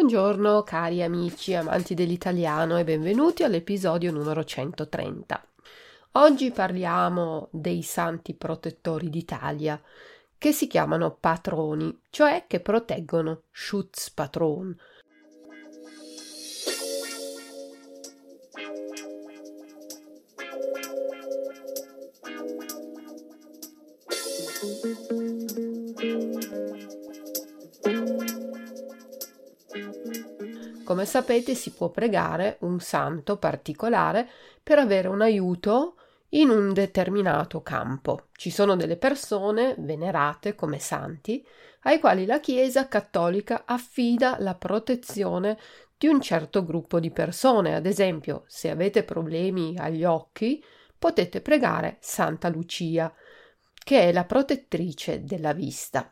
Buongiorno cari amici amanti dell'italiano e benvenuti all'episodio numero 130. Oggi parliamo dei santi protettori d'Italia che si chiamano patroni, cioè che proteggono, Schutzpatron. Come sapete si può pregare un santo particolare per avere un aiuto in un determinato campo. Ci sono delle persone venerate come santi ai quali la Chiesa cattolica affida la protezione di un certo gruppo di persone. Ad esempio, se avete problemi agli occhi, potete pregare Santa Lucia, che è la protettrice della vista.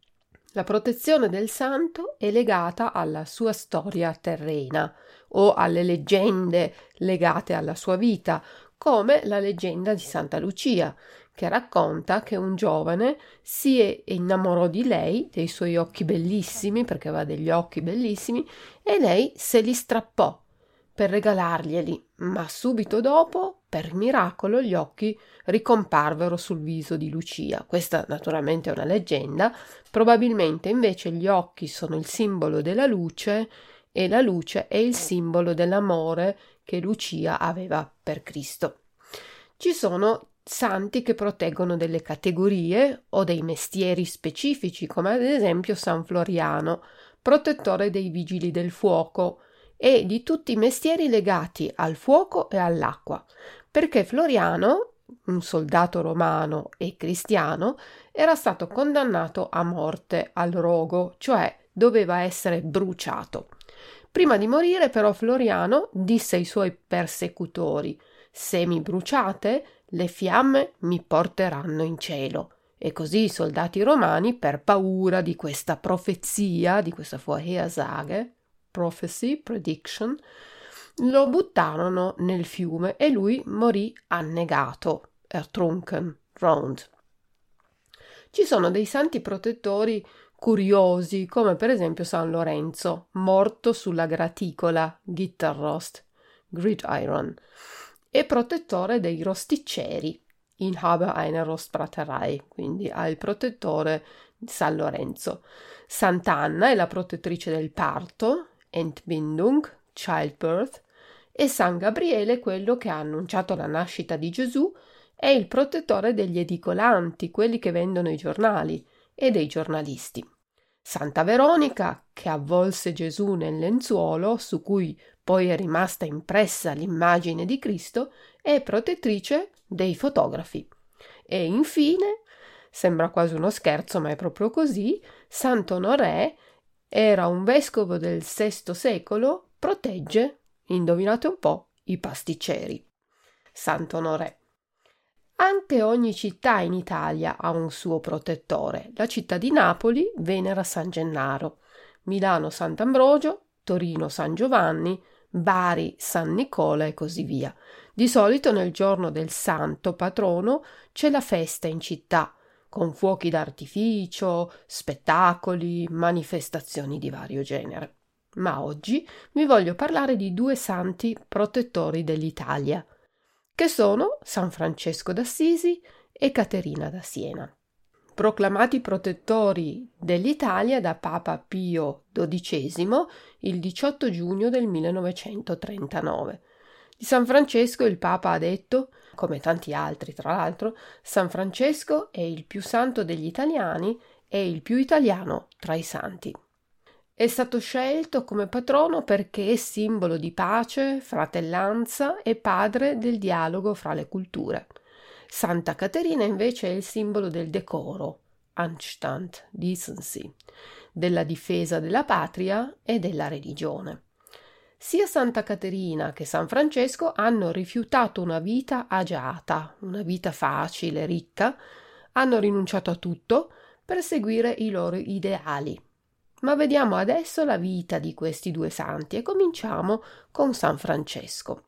La protezione del santo è legata alla sua storia terrena o alle leggende legate alla sua vita, come la leggenda di Santa Lucia, che racconta che un giovane si innamorò di lei, dei suoi occhi bellissimi, perché aveva degli occhi bellissimi, e lei se li strappò per regalarglieli, ma subito dopo, per miracolo, gli occhi ricomparvero sul viso di Lucia. Questa naturalmente è una leggenda, probabilmente invece gli occhi sono il simbolo della luce e la luce è il simbolo dell'amore che Lucia aveva per Cristo. Ci sono santi che proteggono delle categorie o dei mestieri specifici, come ad esempio San Floriano, protettore dei vigili del fuoco, e di tutti i mestieri legati al fuoco e all'acqua, perché Floriano, un soldato romano e cristiano, era stato condannato a morte al rogo, cioè doveva essere bruciato. Prima di morire però Floriano disse ai suoi persecutori: «Se mi bruciate, le fiamme mi porteranno in cielo». E così i soldati romani, per paura di questa profezia, di questa Vorhersage, prophecy, prediction, lo buttarono nel fiume e lui morì annegato, ertrunken, drowned. Ci sono dei santi protettori curiosi, come per esempio San Lorenzo, morto sulla graticola, Gitterrost, gridiron, e protettore dei rosticceri, Inhaber einer Rostbraterei, quindi ha il protettore di San Lorenzo. Sant'Anna è la protettrice del parto, Entbindung, childbirth, e San Gabriele, quello che ha annunciato la nascita di Gesù, è il protettore degli edicolanti, quelli che vendono i giornali, e dei giornalisti. Santa Veronica, che avvolse Gesù nel lenzuolo, su cui poi è rimasta impressa l'immagine di Cristo, è protettrice dei fotografi. E infine, sembra quasi uno scherzo, ma è proprio così, Sant'Onorè era un vescovo del VI secolo, protegge, indovinate un po', i pasticceri. Sant'Onorè. Anche ogni città in Italia ha un suo protettore. La città di Napoli venera San Gennaro, Milano Sant'Ambrogio, Torino San Giovanni, Bari San Nicola e così via. Di solito nel giorno del santo patrono c'è la festa in città, con fuochi d'artificio, spettacoli, manifestazioni di vario genere. Ma oggi vi voglio parlare di due santi protettori dell'Italia, che sono San Francesco d'Assisi e Caterina da Siena. Proclamati protettori dell'Italia da Papa Pio XII il 18 giugno del 1939. Di San Francesco il Papa ha detto, come tanti altri tra l'altro, San Francesco è il più santo degli italiani e il più italiano tra i santi. È stato scelto come patrono perché è simbolo di pace, fratellanza e padre del dialogo fra le culture. Santa Caterina invece è il simbolo del decoro, Anstand, decency, della difesa della patria e della religione. Sia Santa Caterina che San Francesco hanno rifiutato una vita agiata, una vita facile, ricca, hanno rinunciato a tutto per seguire i loro ideali. Ma vediamo adesso la vita di questi due santi e cominciamo con San Francesco.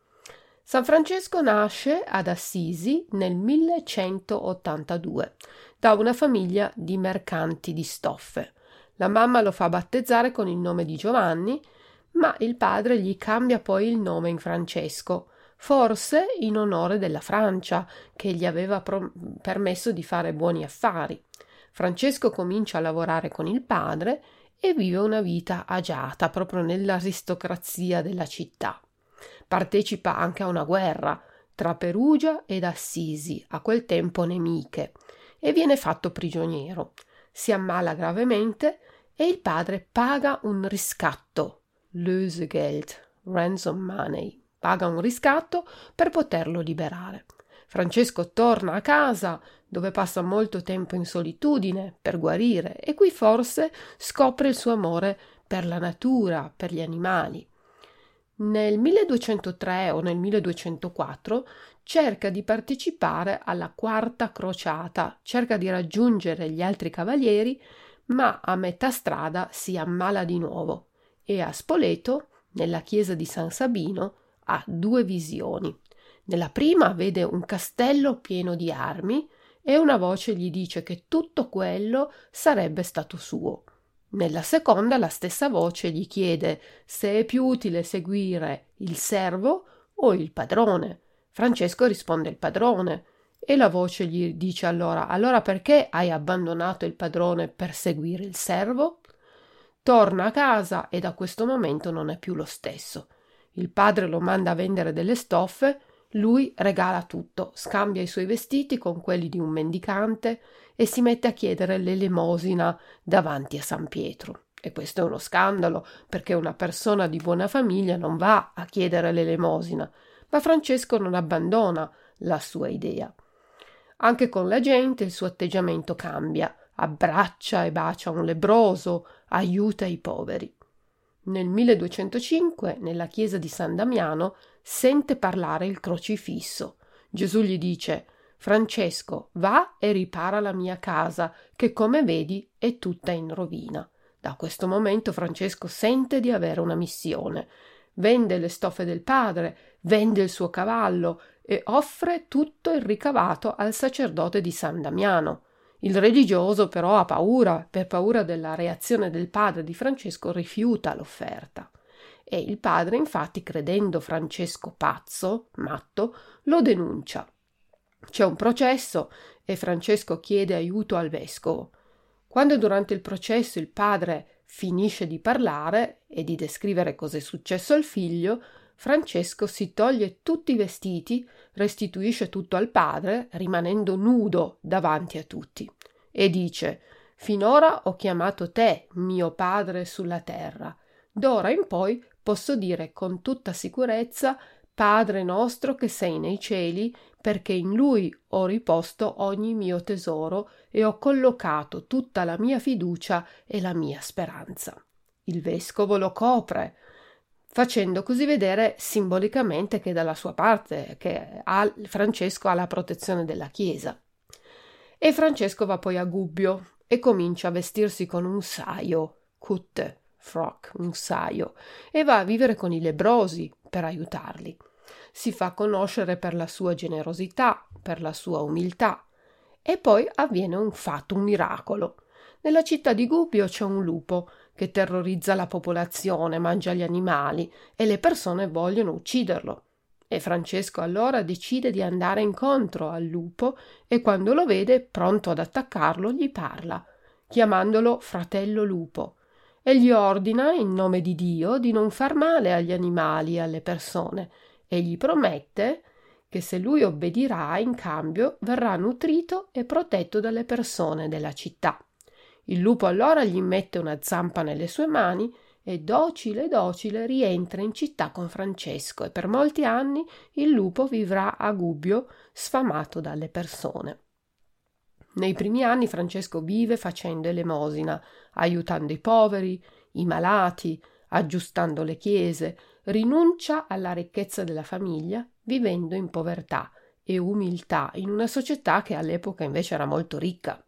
San Francesco nasce ad Assisi nel 1182 da una famiglia di mercanti di stoffe. La mamma lo fa battezzare con il nome di Giovanni, ma il padre gli cambia poi il nome in Francesco, forse in onore della Francia, che gli aveva permesso di fare buoni affari. Francesco comincia a lavorare con il padre e vive una vita agiata proprio nell'aristocrazia della città. Partecipa anche a una guerra tra Perugia ed Assisi, a quel tempo nemiche, e viene fatto prigioniero. Si ammala gravemente e il padre paga un riscatto, Lösegeld, ransom money, paga un riscatto per poterlo liberare. Francesco torna a casa, dove passa molto tempo in solitudine per guarire, e qui forse scopre il suo amore per la natura, per gli animali. Nel 1203 o nel 1204 cerca di partecipare alla quarta crociata, cerca di raggiungere gli altri cavalieri, ma a metà strada si ammala di nuovo e a Spoleto, nella chiesa di San Sabino, ha due visioni. Nella prima vede un castello pieno di armi e una voce gli dice che tutto quello sarebbe stato suo. Nella seconda la stessa voce gli chiede se è più utile seguire il servo o il padrone. Francesco risponde il padrone e la voce gli dice allora perché hai abbandonato il padrone per seguire il servo? Torna a casa e da questo momento non è più lo stesso. Il padre lo manda a vendere delle stoffe, lui regala tutto, scambia i suoi vestiti con quelli di un mendicante e si mette a chiedere l'elemosina davanti a San Pietro. E questo è uno scandalo, perché una persona di buona famiglia non va a chiedere l'elemosina, ma Francesco non abbandona la sua idea. Anche con la gente il suo atteggiamento cambia, abbraccia e bacia un lebbroso, aiuta i poveri. Nel 1205, nella chiesa di San Damiano, sente parlare il crocifisso. Gesù gli dice: Francesco, va e ripara la mia casa, che come vedi è tutta in rovina. Da questo momento Francesco sente di avere una missione. Vende le stoffe del padre, vende il suo cavallo e offre tutto il ricavato al sacerdote di San Damiano. Il religioso però ha paura, per paura della reazione del padre di Francesco rifiuta l'offerta. E il padre, infatti, credendo Francesco pazzo, matto, lo denuncia. C'è un processo e Francesco chiede aiuto al vescovo. Quando durante il processo il padre finisce di parlare e di descrivere cosa è successo al figlio, Francesco si toglie tutti i vestiti, restituisce tutto al padre, rimanendo nudo davanti a tutti, e dice: «Finora ho chiamato te, mio padre sulla terra. D'ora in poi posso dire con tutta sicurezza: Padre nostro che sei nei cieli, perché in lui ho riposto ogni mio tesoro e ho collocato tutta la mia fiducia e la mia speranza». Il vescovo lo copre, facendo così vedere simbolicamente che dalla sua parte, che Francesco ha la protezione della Chiesa. E Francesco va poi a Gubbio e comincia a vestirsi con un saio, kutte, frock, un saio, e va a vivere con i lebbrosi per aiutarli. Si fa conoscere per la sua generosità, per la sua umiltà. E poi avviene un fatto, un miracolo. Nella città di Gubbio c'è un lupo che terrorizza la popolazione, mangia gli animali e le persone vogliono ucciderlo. E Francesco allora decide di andare incontro al lupo e quando lo vede, pronto ad attaccarlo, gli parla, chiamandolo fratello lupo, e gli ordina, in nome di Dio, di non far male agli animali e alle persone, e gli promette che se lui obbedirà, in cambio verrà nutrito e protetto dalle persone della città. Il lupo allora gli mette una zampa nelle sue mani e docile docile rientra in città con Francesco e per molti anni il lupo vivrà a Gubbio sfamato dalle persone. Nei primi anni Francesco vive facendo elemosina, aiutando i poveri, i malati, aggiustando le chiese, rinuncia alla ricchezza della famiglia, vivendo in povertà e umiltà in una società che all'epoca invece era molto ricca.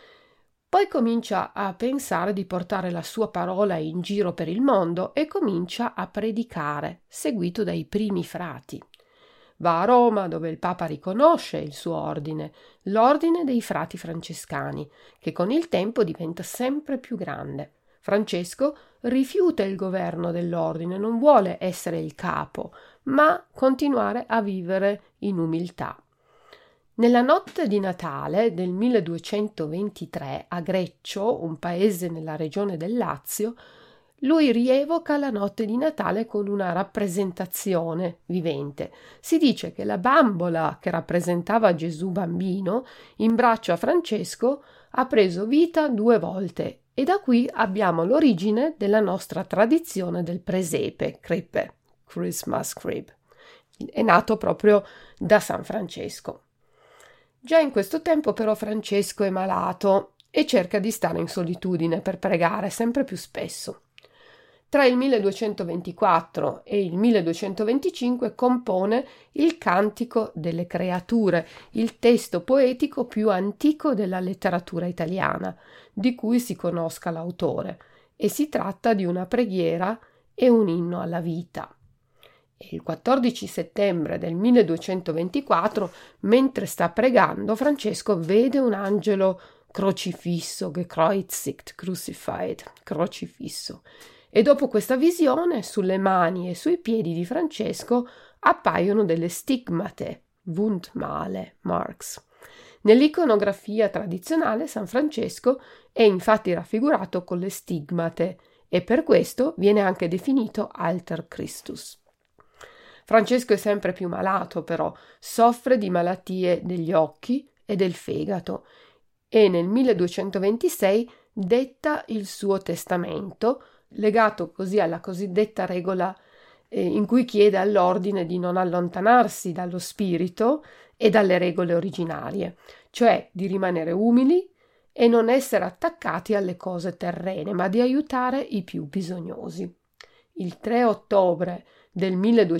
Poi comincia a pensare di portare la sua parola in giro per il mondo e comincia a predicare, seguito dai primi frati. Va a Roma, dove il Papa riconosce il suo ordine, l'ordine dei frati francescani, che con il tempo diventa sempre più grande. Francesco rifiuta il governo dell'ordine, non vuole essere il capo, ma continuare a vivere in umiltà. Nella notte di Natale del 1223 a Greccio, un paese nella regione del Lazio, lui rievoca la notte di Natale con una rappresentazione vivente. Si dice che la bambola che rappresentava Gesù bambino in braccio a Francesco ha preso vita 2 volte e da qui abbiamo l'origine della nostra tradizione del presepe, crepe, Christmas crib. È nato proprio da San Francesco. Già in questo tempo però Francesco è malato e cerca di stare in solitudine per pregare sempre più spesso. Tra il 1224 e il 1225 compone il Cantico delle Creature, il testo poetico più antico della letteratura italiana, di cui si conosca l'autore, e si tratta di una preghiera e un inno alla vita. E il 14 settembre del 1224, mentre sta pregando, Francesco vede un angelo crocifisso, gekreuzigt, crucified, crocifisso. E dopo questa visione, sulle mani e sui piedi di Francesco appaiono delle stigmate, Wundmale, marks. Nell'iconografia tradizionale San Francesco è infatti raffigurato con le stigmate e per questo viene anche definito Alter Christus. Francesco è sempre più malato, però soffre di malattie degli occhi e del fegato e nel 1226 detta il suo testamento, legato così alla cosiddetta regola in cui chiede all'ordine di non allontanarsi dallo spirito e dalle regole originarie, cioè di rimanere umili e non essere attaccati alle cose terrene, ma di aiutare i più bisognosi. Il 3 ottobre del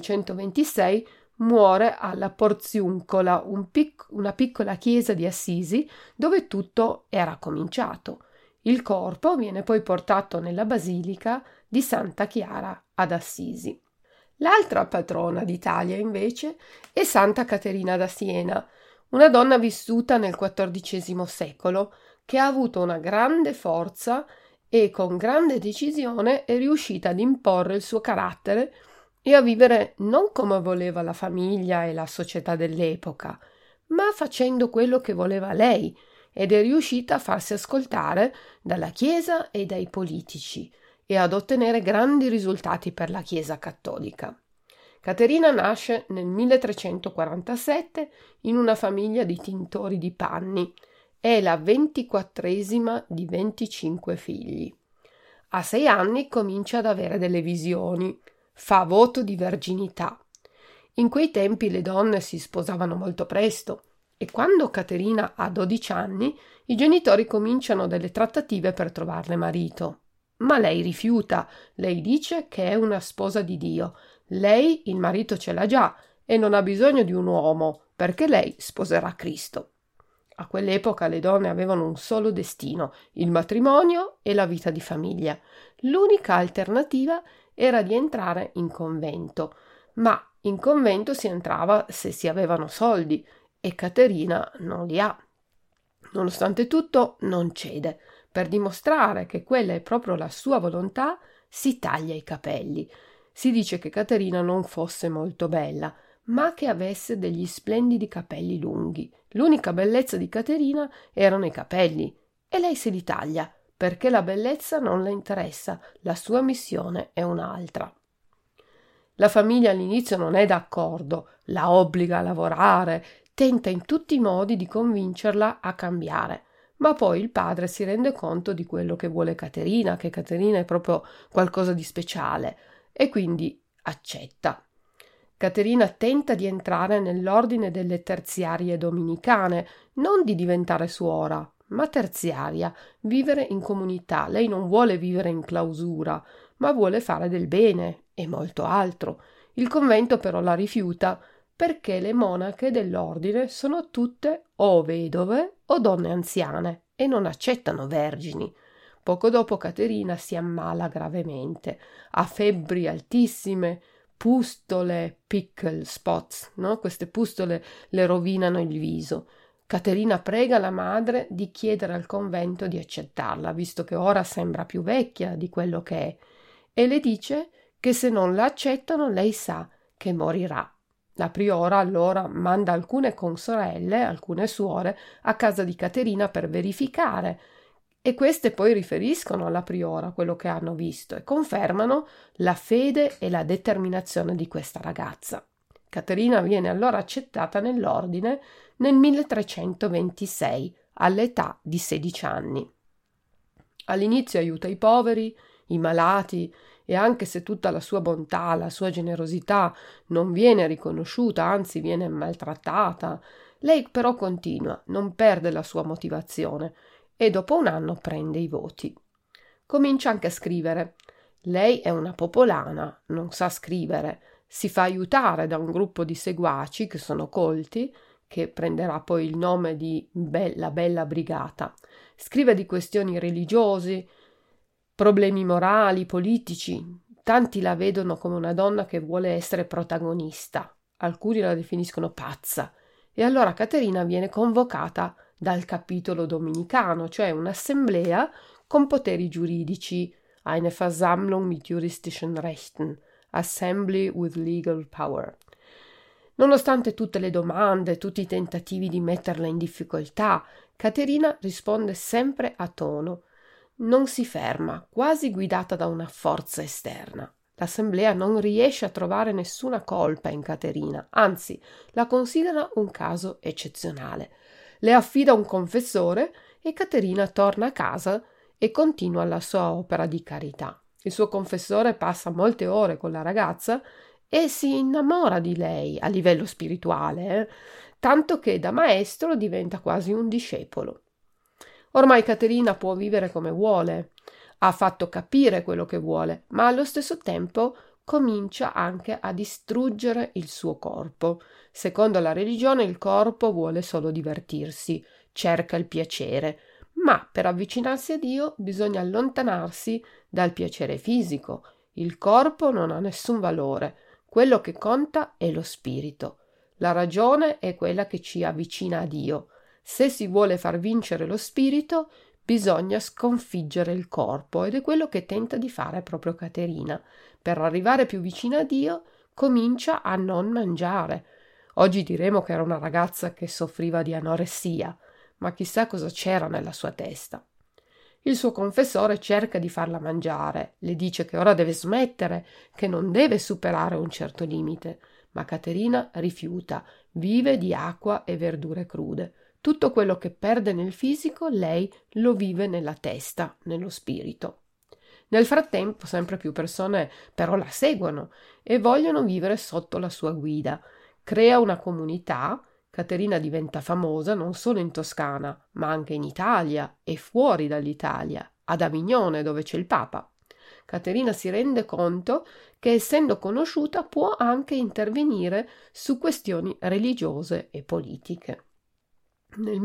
1226 muore alla Porziuncola, una piccola chiesa di Assisi dove tutto era cominciato. Il corpo viene poi portato nella basilica di Santa Chiara ad Assisi. L'altra patrona d'Italia invece è Santa Caterina da Siena, una donna vissuta nel XIV secolo che ha avuto una grande forza e con grande decisione è riuscita ad imporre il suo carattere e a vivere non come voleva la famiglia e la società dell'epoca, ma facendo quello che voleva lei, ed è riuscita a farsi ascoltare dalla Chiesa e dai politici e ad ottenere grandi risultati per la Chiesa cattolica. Caterina nasce nel 1347 in una famiglia di tintori di panni. È la 24esima di 25 figli. A 6 anni comincia ad avere delle visioni. Fa voto di verginità. In quei tempi le donne si sposavano molto presto e quando Caterina ha 12 anni i genitori cominciano delle trattative per trovarle marito. Ma lei rifiuta, lei dice che è una sposa di Dio. Lei il marito ce l'ha già e non ha bisogno di un uomo perché lei sposerà Cristo. A quell'epoca le donne avevano un solo destino, il matrimonio e la vita di famiglia. L'unica alternativa era di entrare in convento, ma in convento si entrava se si avevano soldi e Caterina non li ha. Nonostante tutto non cede. Per dimostrare che quella è proprio la sua volontà, si taglia i capelli. Si dice che Caterina non fosse molto bella, ma che avesse degli splendidi capelli lunghi. L'unica bellezza di Caterina erano i capelli e lei se li taglia perché la bellezza non la interessa, la sua missione è un'altra. La famiglia all'inizio non è d'accordo, la obbliga a lavorare, tenta in tutti i modi di convincerla a cambiare, ma poi il padre si rende conto di quello che vuole Caterina, che Caterina è proprio qualcosa di speciale e quindi accetta. Caterina tenta di entrare nell'ordine delle terziarie domenicane, non di diventare suora, ma terziaria, vivere in comunità. Lei non vuole vivere in clausura, ma vuole fare del bene e molto altro. Il convento però la rifiuta perché le monache dell'ordine sono tutte o vedove o donne anziane e non accettano vergini. Poco dopo Caterina si ammala gravemente, ha febbri altissime, pustole, pickle spots, no? Queste pustole le rovinano il viso. Caterina prega la madre di chiedere al convento di accettarla, visto che ora sembra più vecchia di quello che è, e le dice che se non la accettano lei sa che morirà. La priora allora manda alcune consorelle, alcune suore, a casa di Caterina per verificare, e queste poi riferiscono alla priora quello che hanno visto e confermano la fede e la determinazione di questa ragazza. Caterina viene allora accettata nell'ordine nel 1326, all'età di 16 anni. All'inizio aiuta i poveri, i malati, e anche se tutta la sua bontà, la sua generosità non viene riconosciuta, anzi viene maltrattata, lei però continua, non perde la sua motivazione e dopo un anno prende i voti. Comincia anche a scrivere. Lei è una popolana, non sa scrivere, si fa aiutare da un gruppo di seguaci che sono colti, che prenderà poi il nome di la Bella Brigata. Scrive di questioni religiose, problemi morali, politici. Tanti la vedono come una donna che vuole essere protagonista, alcuni la definiscono pazza, e allora Caterina viene convocata dal capitolo dominicano, cioè un'assemblea con poteri giuridici, eine Versammlung mit juristischen Rechten, Assembly with legal power. Nonostante tutte le domande, tutti i tentativi di metterla in difficoltà, Caterina risponde sempre a tono. Non si ferma, quasi guidata da una forza esterna. L'assemblea non riesce a trovare nessuna colpa in Caterina, anzi, la considera un caso eccezionale. Le affida un confessore e Caterina torna a casa e continua la sua opera di carità. Il suo confessore passa molte ore con la ragazza e si innamora di lei a livello spirituale, tanto che da maestro diventa quasi un discepolo. Ormai Caterina può vivere come vuole, ha fatto capire quello che vuole, ma allo stesso tempo comincia anche a distruggere il suo corpo. Secondo la religione il corpo vuole solo divertirsi, cerca il piacere, ma per avvicinarsi a Dio bisogna allontanarsi dal piacere fisico. Il corpo non ha nessun valore, quello che conta è lo spirito. La ragione è quella che ci avvicina a Dio. Se si vuole far vincere lo spirito, bisogna sconfiggere il corpo, ed è quello che tenta di fare proprio Caterina. Per arrivare più vicina a Dio, comincia a non mangiare. Oggi diremo che era una ragazza che soffriva di anoressia, ma chissà cosa c'era nella sua testa. Il suo confessore cerca di farla mangiare, le dice che ora deve smettere, che non deve superare un certo limite, ma Caterina rifiuta, vive di acqua e verdure crude. Tutto quello che perde nel fisico lei lo vive nella testa, nello spirito. Nel frattempo sempre più persone però la seguono e vogliono vivere sotto la sua guida. Crea una comunità. Caterina diventa famosa non solo in Toscana, ma anche in Italia e fuori dall'Italia, ad Avignone, dove c'è il Papa. Caterina si rende conto che, essendo conosciuta, può anche intervenire su questioni religiose e politiche. Nel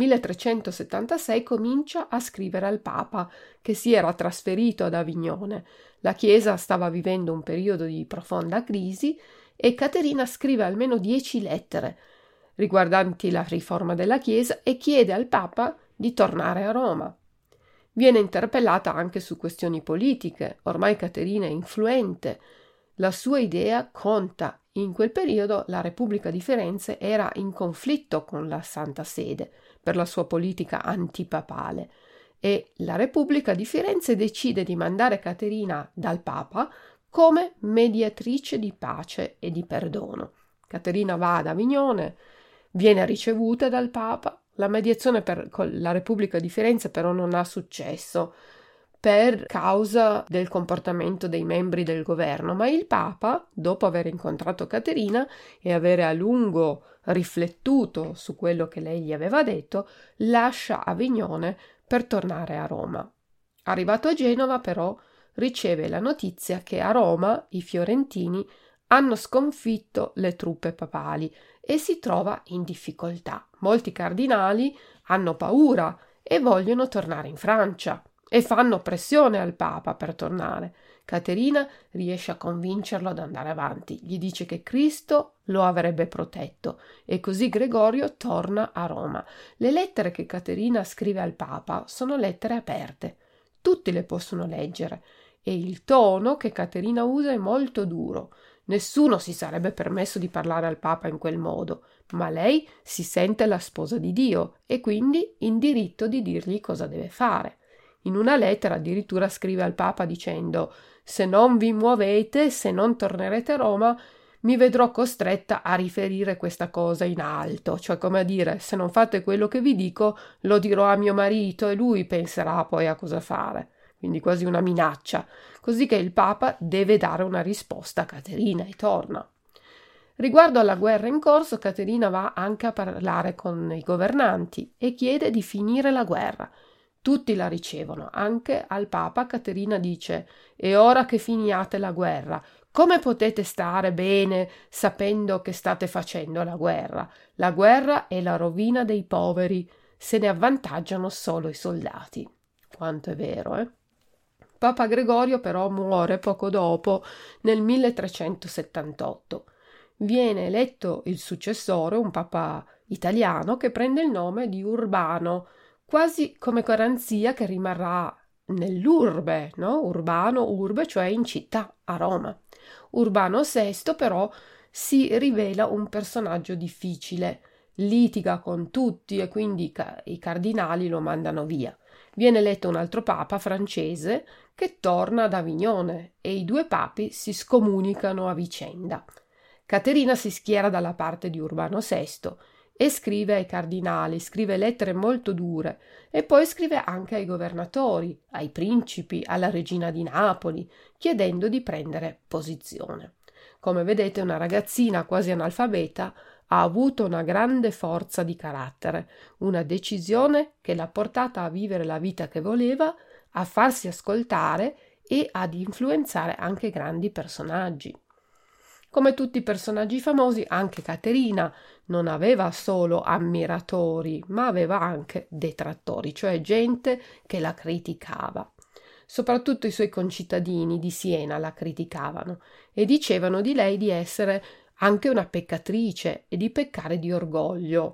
1376 comincia a scrivere al Papa, che si era trasferito ad Avignone. La Chiesa stava vivendo un periodo di profonda crisi e Caterina scrive almeno 10 lettere riguardanti la riforma della Chiesa e chiede al Papa di tornare a Roma. Viene interpellata anche su questioni politiche. Ormai Caterina è influente, la sua idea conta. In quel periodo la Repubblica di Firenze era in conflitto con la Santa Sede per la sua politica antipapale e la Repubblica di Firenze decide di mandare Caterina dal Papa come mediatrice di pace e di perdono. Caterina va ad Avignone, viene ricevuta dal Papa. La mediazione con la Repubblica di Firenze però non ha successo per causa del comportamento dei membri del governo, ma il Papa, dopo aver incontrato Caterina e avere a lungo riflettuto su quello che lei gli aveva detto, lascia Avignone per tornare a Roma. Arrivato a Genova, però, riceve la notizia che a Roma i fiorentini hanno sconfitto le truppe papali e si trova in difficoltà. Molti cardinali hanno paura e vogliono tornare in Francia. e fanno pressione al Papa per tornare. Caterina riesce a convincerlo ad andare avanti, gli dice che Cristo lo avrebbe protetto e così Gregorio torna a Roma. Le lettere che Caterina scrive al Papa sono lettere aperte, tutti le possono leggere e il tono che Caterina usa è molto duro. Nessuno si sarebbe permesso di parlare al Papa in quel modo, ma lei si sente la sposa di Dio e quindi in diritto di dirgli cosa deve fare. In una lettera addirittura scrive al Papa dicendo: «Se non vi muovete, se non tornerete a Roma, mi vedrò costretta a riferire questa cosa in alto», cioè come a dire: se non fate quello che vi dico, lo dirò a mio marito e lui penserà poi a cosa fare. Quindi quasi una minaccia, così che il Papa deve dare una risposta a Caterina e torna. Riguardo alla guerra in corso, Caterina va anche a parlare con i governanti e chiede di finire la guerra. Tutti la ricevono, anche al Papa Caterina dice: «È ora che finiate la guerra. Come potete stare bene sapendo che state facendo la guerra? La guerra è la rovina dei poveri, se ne avvantaggiano solo i soldati». Quanto è vero, eh? Papa Gregorio però muore poco dopo, nel 1378. Viene eletto il successore, un papa italiano, che prende il nome di Urbano, quasi come garanzia che rimarrà nell'urbe, no? Urbano, urbe, cioè in città, a Roma. Urbano VI però si rivela un personaggio difficile, litiga con tutti e quindi i cardinali lo mandano via. Viene eletto un altro papa francese che torna ad Avignone e i due papi si scomunicano a vicenda. Caterina si schiera dalla parte di Urbano VI e scrive ai cardinali, scrive lettere molto dure e poi scrive anche ai governatori, ai principi, alla regina di Napoli, chiedendo di prendere posizione. Come vedete, una ragazzina quasi analfabeta ha avuto una grande forza di carattere, una decisione che l'ha portata a vivere la vita che voleva, a farsi ascoltare e ad influenzare anche grandi personaggi. Come tutti i personaggi famosi, anche Caterina non aveva solo ammiratori, ma aveva anche detrattori, cioè gente che la criticava. Soprattutto i suoi concittadini di Siena la criticavano e dicevano di lei di essere anche una peccatrice e di peccare di orgoglio.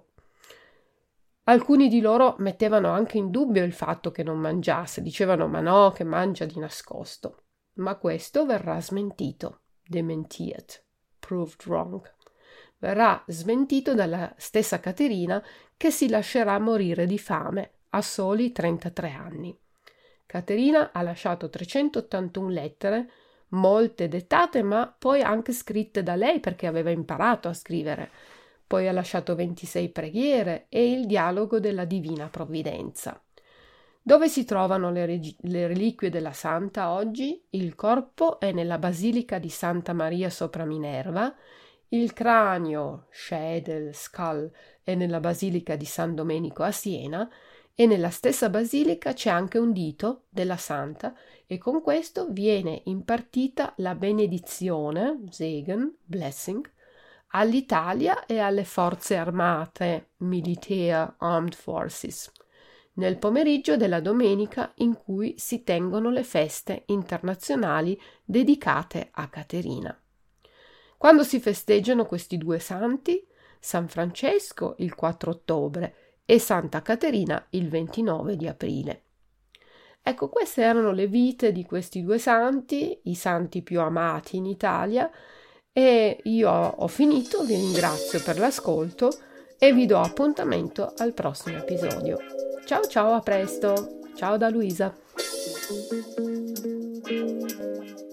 Alcuni di loro mettevano anche in dubbio il fatto che non mangiasse, dicevano ma no, che mangia di nascosto. Ma questo verrà smentito, dementiet, proved wrong. Verrà smentito dalla stessa Caterina che si lascerà morire di fame a soli 33 anni. Caterina ha lasciato 381 lettere, molte dettate ma poi anche scritte da lei perché aveva imparato a scrivere. Poi ha lasciato 26 preghiere e il dialogo della Divina Provvidenza. Dove si trovano le reliquie della Santa oggi? Il corpo è nella Basilica di Santa Maria sopra Minerva, il cranio, schedel, skull, è nella Basilica di San Domenico a Siena e nella stessa basilica c'è anche un dito della Santa e con questo viene impartita la benedizione, Segen, blessing, all'Italia e alle forze armate, Militär Armed Forces, nel pomeriggio della domenica in cui si tengono le feste internazionali dedicate a Caterina. Quando si festeggiano questi due santi? San Francesco il 4 ottobre e Santa Caterina il 29 di aprile. Ecco, queste erano le vite di questi due santi, i santi più amati in Italia, e io ho finito, vi ringrazio per l'ascolto e vi do appuntamento al prossimo episodio. Ciao ciao, a presto! Ciao da Luisa!